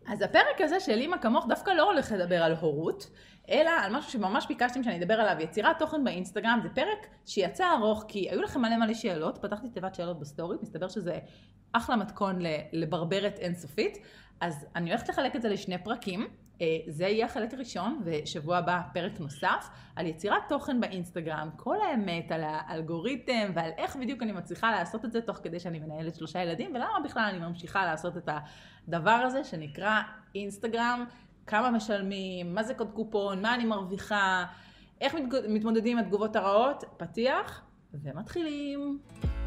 אז הפרק הזה של אמא כמוך דווקא לא הולך לדבר על הורות, אלא על משהו שממש ביקשתם שאני אדבר עליו, יצירת תוכן באינסטגרם. זה פרק שיצא ארוך כי היו לכם מלא שאלות, פתחתי תיבת שאלות בסטורי, מסתבר שזה אחלה מתכון לברברת אינסופית, אז אני הולכת לחלק את זה לשני פרקים. זה יהיה החלק הראשון, ושבוע הבא פרק נוסף על יצירת תוכן באינסטגרם, כל האמת על האלגוריתם ועל איך בדיוק אני מצליחה לעשות את זה תוך כדי שאני מנהלת 3 ילדים, ולמה בכלל אני ממשיכה לעשות את הדבר הזה שנקרא אינסטגרם, כמה משלמים, מה זה קוד קופון, מה אני מרוויחה, איך מתמודדים עם התגובות הרעות, פתיח ומתחילים.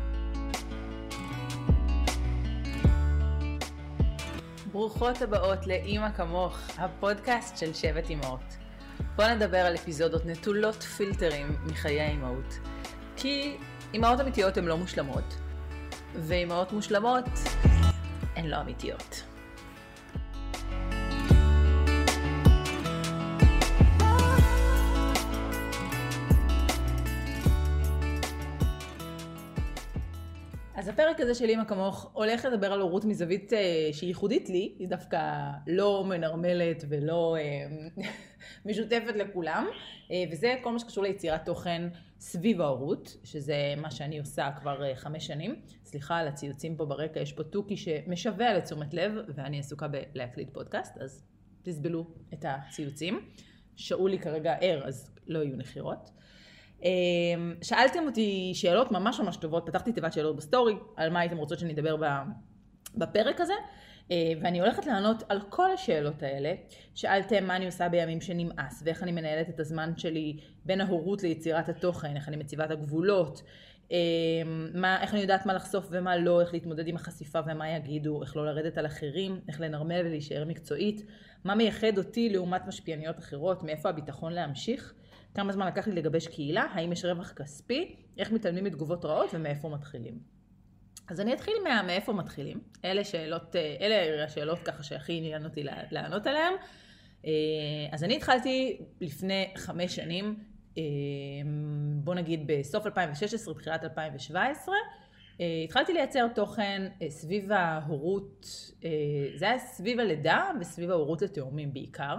ברוכות הבאות לאמא כמוך, הפודקאסט של שבט אמהות. בוא נדבר על אפיזודות נטולות פילטרים מחיי האימהות. כי אמהות אמיתיות הן לא מושלמות, ואמהות מושלמות הן לא אמיתיות. אז הפרק הזה של אמא כמוך הולך לדבר על הורות מזווית שהיא ייחודית לי, היא דווקא לא מנרמלת ולא משותפת לכולם, וזה כל מה שקשור ליצירת תוכן סביב ההורות, שזה מה שאני עושה כבר 5 שנים. סליחה על הציוצים פה ברקע, יש פה טוקי שמשווה לתשומת לב, ואני עסוקה בלהקליט פודקאסט, אז תסבלו את הציוצים. שאולי כרגע ער, אז לא יהיו נחירות. שאלתם אותי שאלות ממש טובות, פתחתי תיבת שאלות בסטורי על מה הייתם רוצות שאני אדבר בפרק הזה, ואני הולכת לענות על כל השאלות האלה. שאלתם מה אני עושה בימים שנמאס, ואיך אני מנהלת את הזמן שלי בין ההורות ליצירת התוכן, איך אני מציבה את הגבולות, איך אני יודעת מה לחשוף ומה לא, איך להתמודד עם החשיפה ומה יגידו, איך לא לרדת על אחרים, איך לנרמל ולהישאר מקצועית, מה מייחד אותי לעומת משפיעניות אחרות, מאיפה הביטחון להמשיך, כמה זמן לקח לי לגבש קהילה, האם יש רווח כספי, איך מתעלמים מתגובות רעות ומאיפה מתחילים. אז אני אתחיל מאיפה מתחילים. אלה השאלות ככה שהכי עניין אותי לענות עליהן. אז אני התחלתי לפני 5 שנים, בוא נגיד בסוף 2016, תחילת 2017, התחלתי לייצר תוכן סביב ההורות, זה היה סביב הלידה וסביב ההורות לתאומים בעיקר.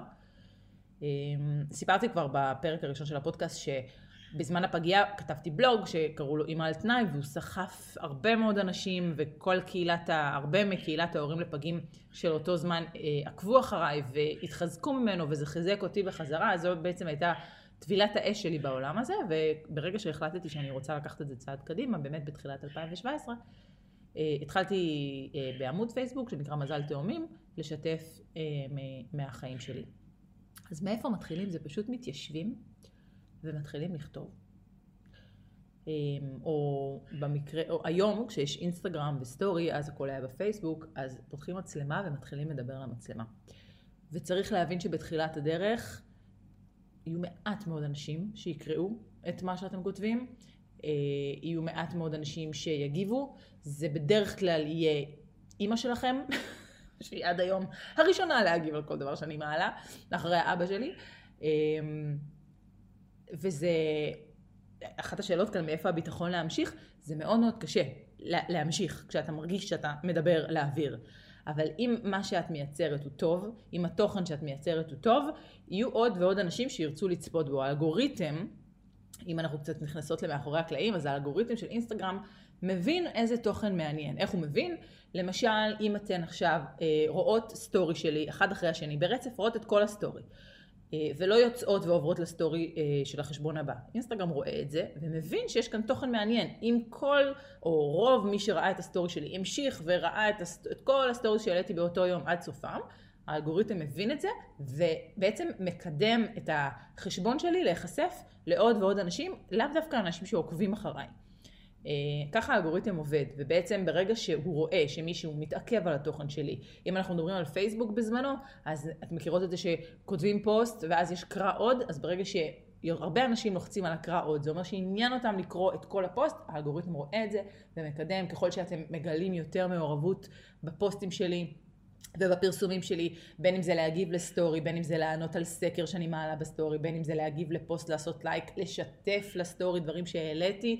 סיפרתי כבר בפרק הראשון של הפודקאסט שבזמן הפגיעה כתבתי בלוג שקראו לו אמא על תנאי, והוא סחף הרבה מאוד אנשים, וכל הרבה מקהילת ההורים לפגים של אותו זמן עקבו אחריי והתחזקו ממנו, וזה חיזק אותי בחזרה. אז זו בעצם הייתה טבילת האש שלי בעולם הזה, וברגע שהחלטתי שאני רוצה לקחת את זה צעד קדימה, באמת בתחילת 2017, התחלתי בעמוד פייסבוק שנקרא מזל תאומים לשתף מהחיים שלי. אז מאיפה מתחילים? זה פשוט מתיישבים ומתחילים לכתוב. או היום כשיש אינסטגרם וסטורי, אז הכל היה בפייסבוק, אז פותחים מצלמה ומתחילים לדבר על המצלמה. וצריך להבין שבתחילת הדרך יהיו מעט מאוד אנשים שיקראו את מה שאתם כותבים, יהיו מעט מאוד אנשים שיגיבו, זה בדרך כלל יהיה אמא שלכם, שהיא עד היום הראשונה להגיב על כל דבר שאני מעלה, אחרי האבא שלי. וזה, אחת השאלות כאן, מאיפה הביטחון להמשיך, זה מאוד קשה להמשיך, כשאתה מרגיש שאתה מדבר לאוויר. אבל אם מה שאת מייצרת הוא טוב, אם התוכן שאת מייצרת הוא טוב, יהיו עוד ועוד אנשים שירצו לצפות בו. האלגוריתם, אם אנחנו קצת נכנסות למאחורי הקלעים, אז האלגוריתם של אינסטגרם מבין איזה תוכן מעניין. איך הוא מבין? למשל, אם אתן עכשיו רואות סטורי שלי, אחד אחרי השני, ברצף רואות את כל הסטורי, ולא יוצאות ועוברות לסטורי של החשבון הבא. אינסטגרם רואה את זה, ומבין שיש כאן תוכן מעניין. אם כל או רוב מי שראה את הסטורי שלי המשיך וראה את כל הסטורי שהעליתי באותו יום עד סופם, האלגוריתם מבין את זה, ובעצם מקדם את החשבון שלי להיחשף לעוד ועוד אנשים, לאו דווקא אנשים שעוקבים אחריי. ככה האלגוריתם עובד, ובעצם ברגע שהוא רואה שמישהו מתעכב על התוכן שלי, אם אנחנו מדברים על פייסבוק בזמנו, אז את מכירות את זה שכותבים פוסט ואז יש קרא עוד, אז ברגע שהרבה אנשים לוחצים על הקרא עוד, זה אומר שעניין אותם לקרוא את כל הפוסט, האלגוריתם רואה את זה ומקדם. ככל שאתם מגלים יותר מעורבות בפוסטים שלי ובפרסומים שלי, בין אם זה להגיב לסטורי, בין אם זה לענות על סקר שאני מעלה בסטורי, בין אם זה להגיב לפוסט, לעשות לייק, לשתף לסטורי דברים שהעליתי,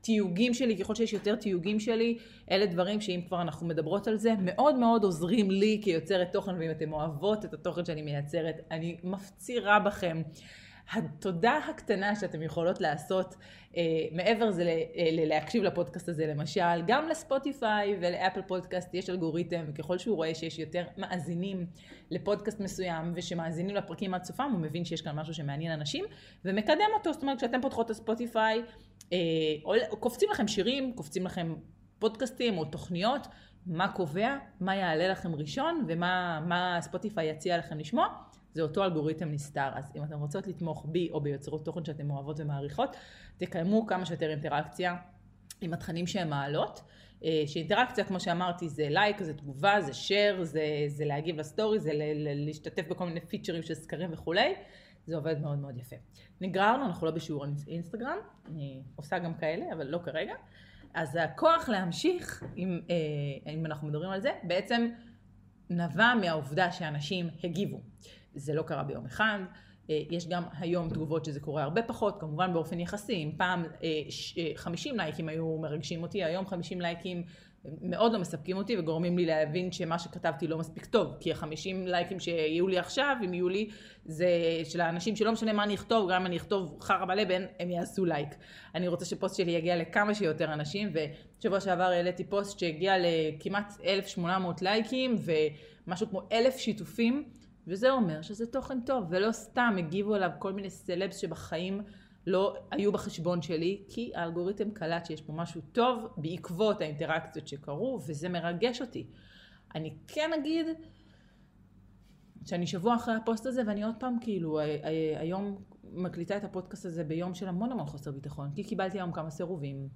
התיוגים שלי, ככל שיש יותר תיוגים שלי, אלה דברים שאם כבר אנחנו מדברות על זה, מאוד מאוד עוזרים לי כיוצרת תוכן, ואם אתם אוהבות את התוכן שאני מייצרת, אני מפצירה בכם. התודה הקטנה שאתם יכולות לעשות, מעבר זה להקשיב לפודקאסט הזה למשל, גם לספוטיפיי ולאפל פודקאסט יש אלגוריתם, וככל שהוא רואה שיש יותר מאזינים לפודקאסט מסוים, ושמאזינים לפרקים עד סופם, הוא מבין שיש כאן משהו שמעניין אנשים, ומקדם אותו. זאת אומרת, כשאתם פותחות את הספוטיפיי, קופצים לכם שירים, קופצים לכם פודקאסטים או תוכניות, מה קובע, מה יעלה לכם ראשון, ומה ספוטיפיי יציע לכם לשמוע, זה אותו אלגוריתם נסתר. אז אם אתם רוצות לתמוך בי או ביוצרות תוכן שאתם אוהבות ומעריכות, תקיימו כמה שיותר אינטראקציה עם התכנים שהן מעלות. שאינטראקציה, כמו שאמרתי, זה לייק, זה תגובה, זה share, זה להגיב לסטורי, זה להשתתף בכל מיני פיצ'רים של סקרים וכולי. זה עובד מאוד מאוד יפה. נגררנו, אנחנו לא בשיעור אינסטגרם, אני עושה גם כאלה, אבל לא כרגע. אז הכוח להמשיך, אם אנחנו מדברים על זה, בעצם נבע מהעובדה שאנשים הגיבו. זה לא קרה ביום אחד, יש גם היום תגובות שזה קורה הרבה פחות, כמובן באופן יחסי. אם פעם 50 לייקים היו מרגשים אותי, היום 50 לייקים מאוד לא מספקים אותי וגורמים לי להבין שמה שכתבתי לא מספיק טוב, כי ה-50 לייקים שיהיו לי עכשיו, אם יהיו לי, זה של האנשים שלא משנה מה אני אכתוב, גם אם אני אכתוב חרא בלבן, הם יעשו לייק. אני רוצה שפוסט שלי יגיע לכמה שיותר אנשים, ושבוע שעבר העליתי פוסט שהגיע לכמעט 1,800 לייקים, ומשהו כמו 1,000 שיתופים, וזה אומר שזה תוכן טוב, ולא סתם הגיבו עליו כל מיני סלבס שבחיים לא היו בחשבון שלי, כי האלגוריתם קלט שיש פה משהו טוב בעקבות האינטראקציות שקרו, וזה מרגש אותי. אני כן אגיד שאני שבוע אחרי הפוסט הזה, ואני עוד פעם כאילו היום מקליטה את הפודקאסט הזה ביום של המון המון חוסר ביטחון, כי קיבלתי היום כמה סירובים,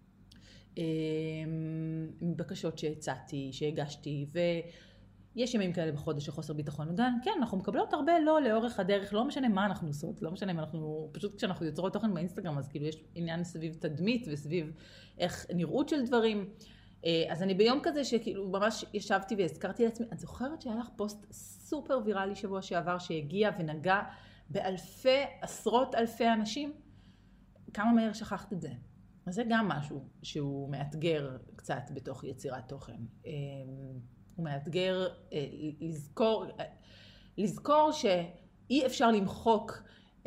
בקשות שהצעתי, שהגשתי, יש ימים כאלה בחודש של חוסר ביטחון. וגם, כן, אנחנו מקבלות הרבה לא לאורך הדרך, לא משנה מה אנחנו עושות, לא משנה אם אנחנו, פשוט כשאנחנו יוצרות תוכן באינסטגרם, אז כאילו יש עניין סביב תדמית וסביב איך נראות של דברים. אז אני ביום כזה שכאילו ממש ישבתי והזכרתי לעצמי, את זוכרת שהיה לך פוסט סופר ויראלי שבוע שעבר שהגיע ונגע באלפי, עשרות אלפי אנשים? כמה מהר שכחת את זה? אז זה גם משהו שהוא מאתגר קצת בתוך יצירת תוכן. הוא מאתגר לזכור שאי אפשר למחוק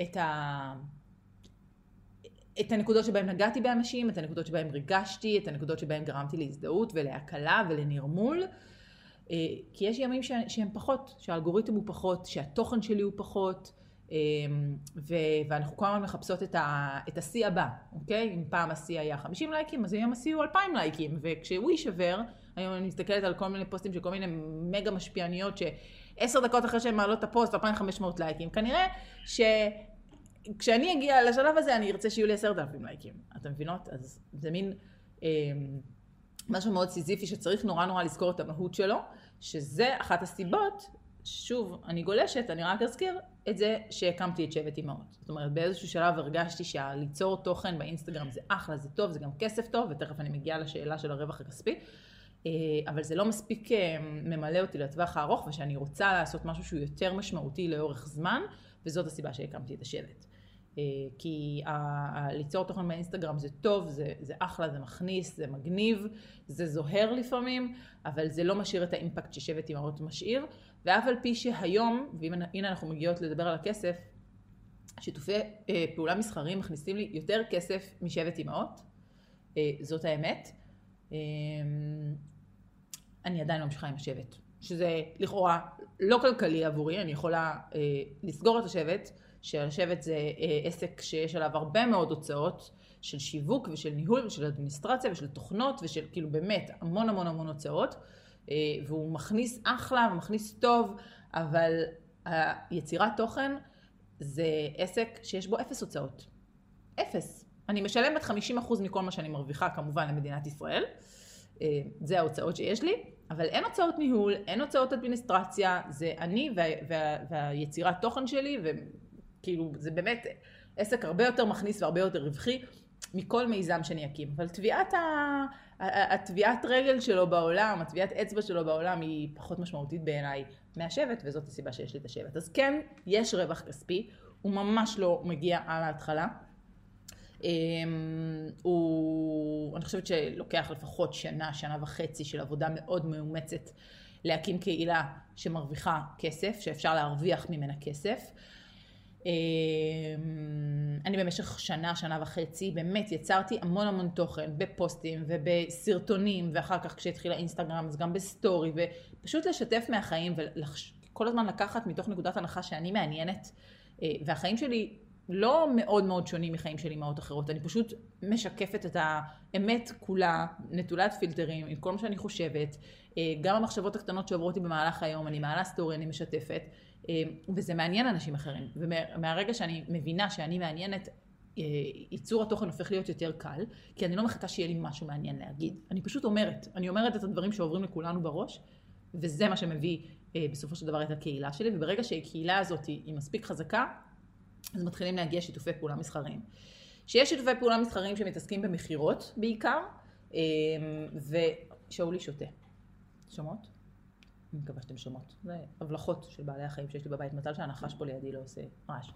את הנקודות שבהם נגעתי באנשים, את הנקודות שבהם ריגשתי, את הנקודות שבהם גרמתי להזדהות ולהקלה ולנרמול. כי יש ימים שהם פחות, שהאלגוריתם הוא פחות, שהתוכן שלי הוא פחות, ואנחנו כל הזמן מחפשות את השיא הבא, אוקיי? אם פעם השיא היה 50 לייקים, אז היום השיא הוא 2,000 לייקים, וכשהוא יישבר, היום אני מסתכלת על כל מיני פוסטים של כל מיני מגה משפיעניות, ש10 דקות אחרי שהן מעלות את הפוסט, 2,500 לייקים. כנראה שכשאני אגיע לשלב הזה, אני ארצה שיהיו לי 10,000 לייקים. אתם מבינות? אז זה מין משהו מאוד סיזיפי שצריך נורא לזכור את המהות שלו, שזה אחת הסיבות, שוב, אני גולשת, אני רק אזכיר את זה שהקמתי את שבט אמהות. זאת אומרת, באיזשהו שלב הרגשתי שליצור תוכן באינסטגרם זה אחלה, זה טוב, זה גם כסף טוב, ותכף אני מגיעה לשאלה של הרווח הכספי, אבל זה לא מספיק ממלא אותי לטווח הארוך, ושאני רוצה לעשות משהו שהוא יותר משמעותי לאורך זמן, וזאת הסיבה שהקמתי את השבט. כי ליצור תוכן באינסטגרם זה טוב, זה אחלה, זה מכניס, זה מגניב, זה זוהר לפעמים, אבל זה לא משאיר את האימפקט ששבט אמהות משאיר, ואף על פי שהיום, והנה אנחנו מגיעות לדבר על הכסף, שיתופי פעולה מסחריים מכניסים לי יותר כסף משבט אמהות, זאת האמת. אני עדיין לא ממשיכה עם השבט, שזה לכאורה לא כלכלי עבורי, אני יכולה לסגור את השבט, שהשבט זה עסק שיש עליו הרבה מאוד הוצאות של שיווק ושל ניהול ושל אדמיניסטרציה ושל תוכנות ושל כאילו באמת המון הוצאות, והוא מכניס אחלה ומכניס טוב, אבל היצירת תוכן זה עסק שיש בו 0 הוצאות. 0. אני משלמת 50% מכל מה שאני מרוויחה כמובן למדינת ישראל, זה ההוצאות שיש לי, אבל אין הוצאות ניהול, אין הוצאות אדמיניסטרציה, זה אני והיצירת תוכן שלי, וכאילו זה באמת עסק הרבה יותר מכניס והרבה יותר רווחי מכל מיזם שאני אקים. אבל הטביעת רגל שלו בעולם, הטביעת אצבע שלו בעולם היא פחות משמעותית בעיניי מהשבט, וזאת הסיבה שיש לי את השבט. אז כן, יש רווח כספי, הוא ממש לא מגיע על ההתחלה. אני חושבת שלוקח לפחות שנה וחצי של עבודה מאוד מאומצת להקים קהילה שמרוויחה כסף, שאפשר להרוויח ממנה כסף. אני במשך שנה וחצי באמת יצרתי המון תוכן בפוסטים ובסרטונים, ואחר כך כשהתחילה אינסטגרם אז גם בסטורי, ופשוט לשתף מהחיים וכל הזמן לקחת מתוך נקודת הנחה שאני מעניינת, והחיים שלי לא מאוד שונים מחיים של אמהות אחרות, אני פשוט משקפת את האמת כולה, נטולת פילטרים, עם כל מה שאני חושבת, גם המחשבות הקטנות שעוברות לי במהלך היום, אני מעלה סטורי, אני משתפת, וזה מעניין אנשים אחרים. ומהרגע שאני מבינה שאני מעניינת, ייצור התוכן הופך להיות יותר קל, כי אני לא מחכה שיהיה לי משהו מעניין להגיד. אני פשוט אומרת את הדברים שעוברים לכולנו בראש, וזה מה שמביא בסופו של דבר את הקהילה שלי, וברגע שהקהילה הזאת היא מספיק חזקה, אז מתחילים להגיע שיתופי פעולה מסחריים. שיש שיתופי פעולה מסחריים שמתעסקים במחירות בעיקר, ושאולי שותה. שומעות? אני מקווה שאתם שומעות. זה הבלחות של בעלי החיים שיש לי בבית. מזל שהנחש פה לידי לא עושה רעש.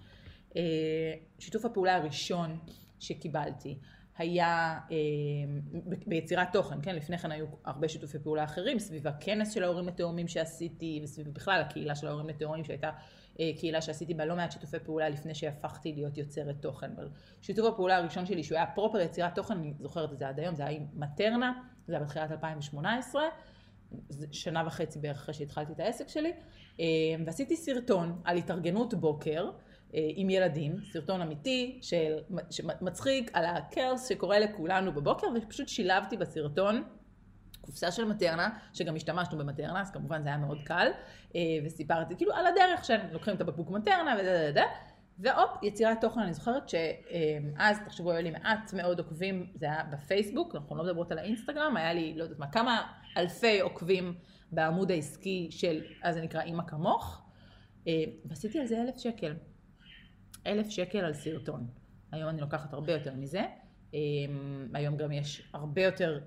שיתוף הפעולה הראשון שקיבלתי היה ביצירת תוכן, כן? לפני כן היו הרבה שיתופי פעולה אחרים, סביב הכנס של ההורים לתאומים שעשיתי, וסביב בכלל הקהילה של ההורים לתאומים שהייתה קהילה שעשיתי בה לא מעט שיתופי פעולה לפני שהפכתי להיות יוצרת תוכן. אבל שיתוף הפעולה הראשון שלי שהוא היה פרופר יצירת תוכן, אני זוכרת את זה עד היום, זה היה עם מטרנה, זה היה בתחילת 2018, שנה וחצי בערך אחרי שהתחלתי את העסק שלי, ועשיתי סרטון על התארגנות בוקר עם ילדים, סרטון אמיתי שמצחיק על הכאוס שקורה לכולנו בבוקר, ופשוט שילבתי בסרטון קופסה של מטרנה, שגם השתמשנו במטרנה, אז כמובן זה היה מאוד קל, וסיפרתי כאילו על הדרך שלוקחים את הבקבוק מטרנה ואופ, יצירת תוכן. אני זוכרת שאז, תחשבו, היו לי מעט מאוד עוקבים, זה היה בפייסבוק, אנחנו לא מדברות על האינסטגרם, היה לי, לא יודעת מה, כמה אלפי עוקבים בעמוד העסקי של, אז זה נקרא אמא כמוך, ועשיתי על זה 1,000 שקל. 1,000 שקל על סרטון. היום אני לוקחת הרבה יותר מזה. היום גם יש הרבה יותר,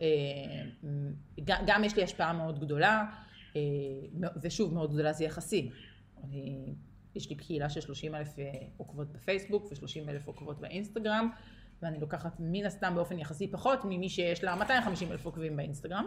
גם יש לי השפעה מאוד גדולה, ושוב מאוד גדולה זה יחסי. יש לי קהילה של 30,000 עוקבות בפייסבוק ו30,000 עוקבות באינסטגרם, ואני לוקחת מן הסתם באופן יחסי פחות ממי שיש לה 250,000 עוקבים באינסטגרם.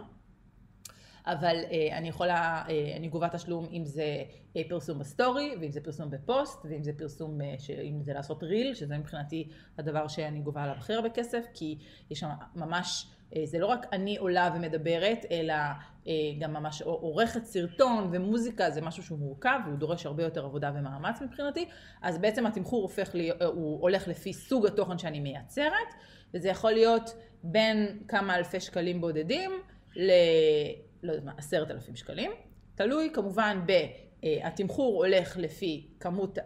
אבל אני גובה תשלום אם זה פרסום בסטורי, ואם זה פרסום בפוסט, ואם זה פרסום, אם זה לעשות ריל, שזה מבחינתי הדבר שאני גובה עליו הכי הרבה בכסף, כי יש שם ממש, זה לא רק אני עולה ומדברת, אלא גם ממש עורכת סרטון ומוזיקה, זה משהו שהוא מורכב, והוא דורש הרבה יותר עבודה ומאמץ מבחינתי, אז בעצם התמחור הוא הולך לפי סוג התוכן שאני מייצרת, וזה יכול להיות בין כמה אלפי שקלים בודדים, לא יודעת מה, 10,000 שקלים. תלוי כמובן התמחור הולך לפי כמות,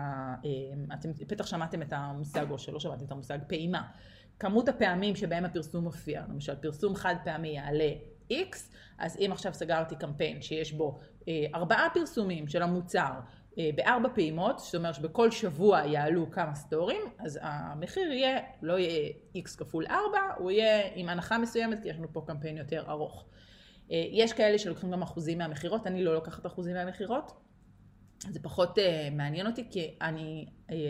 אתם בטח שמעתם את המושג, או שלא שמעתם את המושג, פעימה. כמות הפעמים שבהם הפרסום מופיע. למשל, פרסום חד פעמי יעלה X, אז אם עכשיו סגרתי קמפיין שיש בו 4 פרסומים של המוצר, ב4 פעימות, זאת אומרת שבכל שבוע יעלו כמה סטורים, אז המחיר לא יהיה X כפול 4, הוא יהיה עם הנחה מסוימת, כי יש לנו פה קמפיין יותר ארוך. יש כאלה שלוקחים גם אחוזים מהמחירות, אני לא לוקחת אחוזים מהמחירות, זה פחות מעניין אותי, כי אני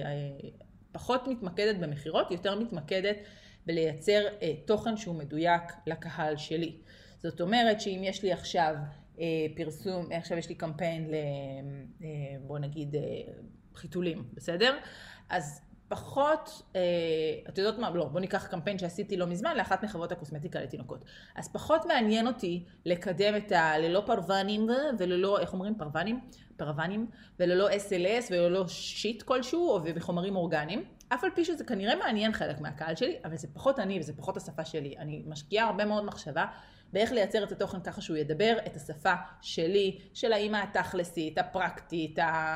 פחות מתמקדת במחירות, יותר מתמקדת בלייצר תוכן שהוא מדויק לקהל שלי. זאת אומרת שאם יש לי עכשיו פרסום, עכשיו יש לי קמפיין בוא נגיד חיתולים, בסדר? אז פחות, את יודעות מה, לא, בוא ניקח קמפיין שעשיתי לא מזמן לאחת מחברות הקוסמטיקה לתינוקות. אז פחות מעניין אותי לקדם את ללא פרוונים וללא, איך אומרים, פרוונים, וללא SLS וללא שיט כלשהו, או בחומרים אורגניים. אף על פי שזה כנראה מעניין חלק מהקהל שלי, אבל זה פחות אני וזה פחות השפה שלי. אני משקיעה הרבה מאוד מחשבה באיך לייצר את התוכן ככה שהוא ידבר את השפה שלי, של האמא התכלסית, הפרקטית,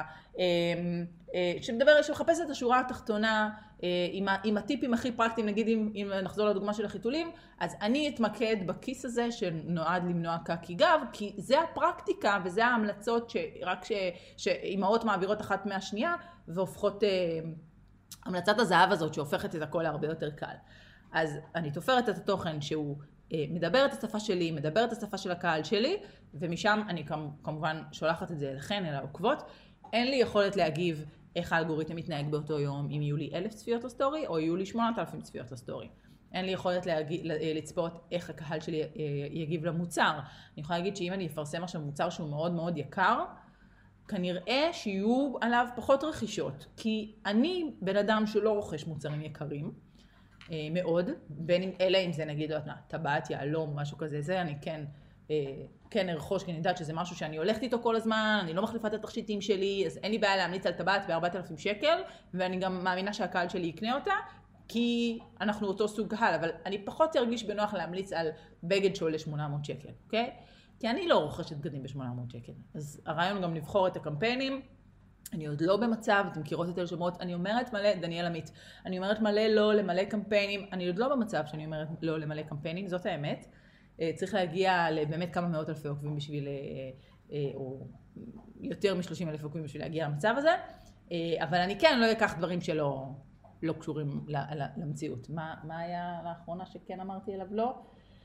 שמחפש את השורה התחתונה עם הטיפים הכי פרקטיים, נגיד אם נחזור לדוגמה של החיתולים, אז אני אתמקד בכיס הזה שנועד למנוע קקי גב, כי זה הפרקטיקה וזה ההמלצות שרק שאימהות מעבירות אחת מהשנייה והופכות המלצת הזהב הזאת שהופכת את הכל להרבה יותר קל. אז אני תופרת את התוכן שהוא מדבר את השפה שלי, מדבר את השפה של הקהל שלי, ומשם אני כמובן שולחת את זה אליכן, אל העוקבות. אין לי יכולת להגיב איך האלגוריתם מתנהג באותו יום, אם יהיו לי 1,000 צפיות לסטורי, או יהיו לי 8,000 צפיות לסטורי. אין לי יכולת לצפות איך הקהל שלי יגיב למוצר. אני יכולה להגיד שאם אני אפרסם עכשיו מוצר שהוא מאוד מאוד יקר, כנראה שיהיו עליו פחות רכישות. כי אני בן אדם שלא רוכש מוצרים יקרים, מאוד, אלא אם זה נגיד, טבעת, יעלום, משהו כזה, זה אני כן ארכוש, כי אני יודעת שזה משהו שאני הולכת איתו כל הזמן, אני לא מחליפה את התכשיטים שלי, אז אין לי בעיה להמליץ על טבעת ב4,000 שקל, ואני גם מאמינה שהקהל שלי יקנה אותה, כי אנחנו אותו סוג קהל, אבל אני פחות ארגיש בנוח להמליץ על בגד שעולה 800 שקל, אוקיי? כי אני לא רוכשת בגדים ב800 שקל. אז הרעיון גם לבחור את הקמפיינים, אני עוד לא במצב, אתם מכירות את אלשמות, אני אומרת מלא, דניאל עמית, אני אומרת מלא לא למלא קמפיינים, אני עוד לא במצב שאני אומרת לא למלא קמפיינים, זאת האמת. צריך להגיע לבאמת כמה מאות אלפי עוקבים בשביל, או יותר מ-30,000 עוקבים בשביל להגיע למצב הזה, אבל אני כן לא אקח דברים שלא קשורים למציאות. מה היה לאחרונה שכן אמרתי אליו לא?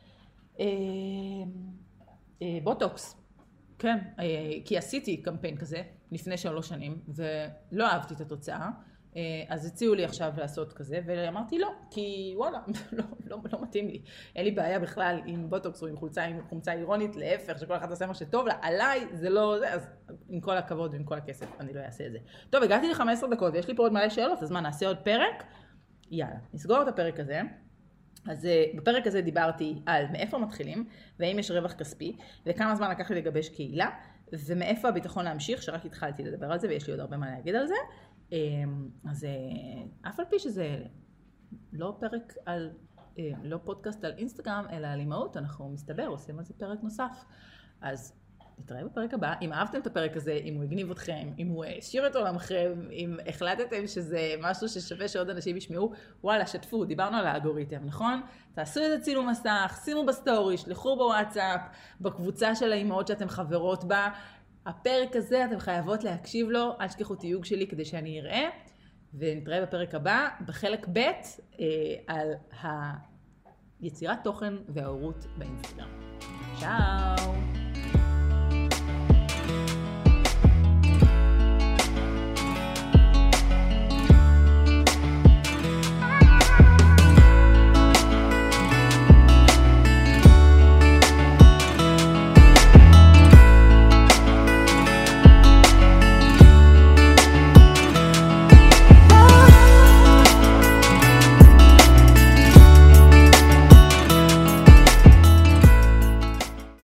בוטוקס. כן, כי עשיתי קמפיין כזה לפני 3 שנים, ולא אהבתי את התוצאה, אז הציעו לי עכשיו לעשות כזה, ואמרתי לא, כי וואלה, לא מתאים לי. אין לי בעיה בכלל עם בוטוקס או עם חומצה אירונית, להפך, שכל אחד עושה מה שטוב לה, עליי זה לא זה, אז עם כל הכבוד ועם כל הכסף, אני לא אעשה את זה. טוב, הגעתי ל15 דקות, ויש לי פה עוד מלא שאלות, אז מה, נעשה עוד פרק? יאללה, נסגור את הפרק הזה. אז בפרק הזה דיברתי על מאיפה מתחילים, והאם יש רווח כספי, וכמה זמן לקח לי לגבש קהילה, ומאיפה הביטחון להמשיך, שרק התחלתי לדבר על זה, ויש לי עוד הרבה מה להגיד על זה. אז אף על פי שזה לא פרק על, לא פודקאסט על אינסטגרם, אלא על אימהות, אנחנו מסתבר, עושים על זה פרק נוסף. אז נתראה בפרק הבא. אם אהבתם את הפרק הזה, אם הוא הגניב אתכם, אם הוא השאיר את עולמכם, אם החלטתם שזה משהו ששווה שעוד אנשים ישמעו, וואלה, שתפו, דיברנו על האלגוריתם, נכון? תעשו איזה צילום מסך, שימו בסטורי, שלחו בוואטסאפ, בקבוצה של האימהות שאתם חברות בה. הפרק הזה אתם חייבות להקשיב לו, אל תשכחו תיוג שלי כדי שאני אראה, ונתראה בפרק הבא, בחלק ב' על יצירת תוכן וההורות באינסטגרם. צ'או!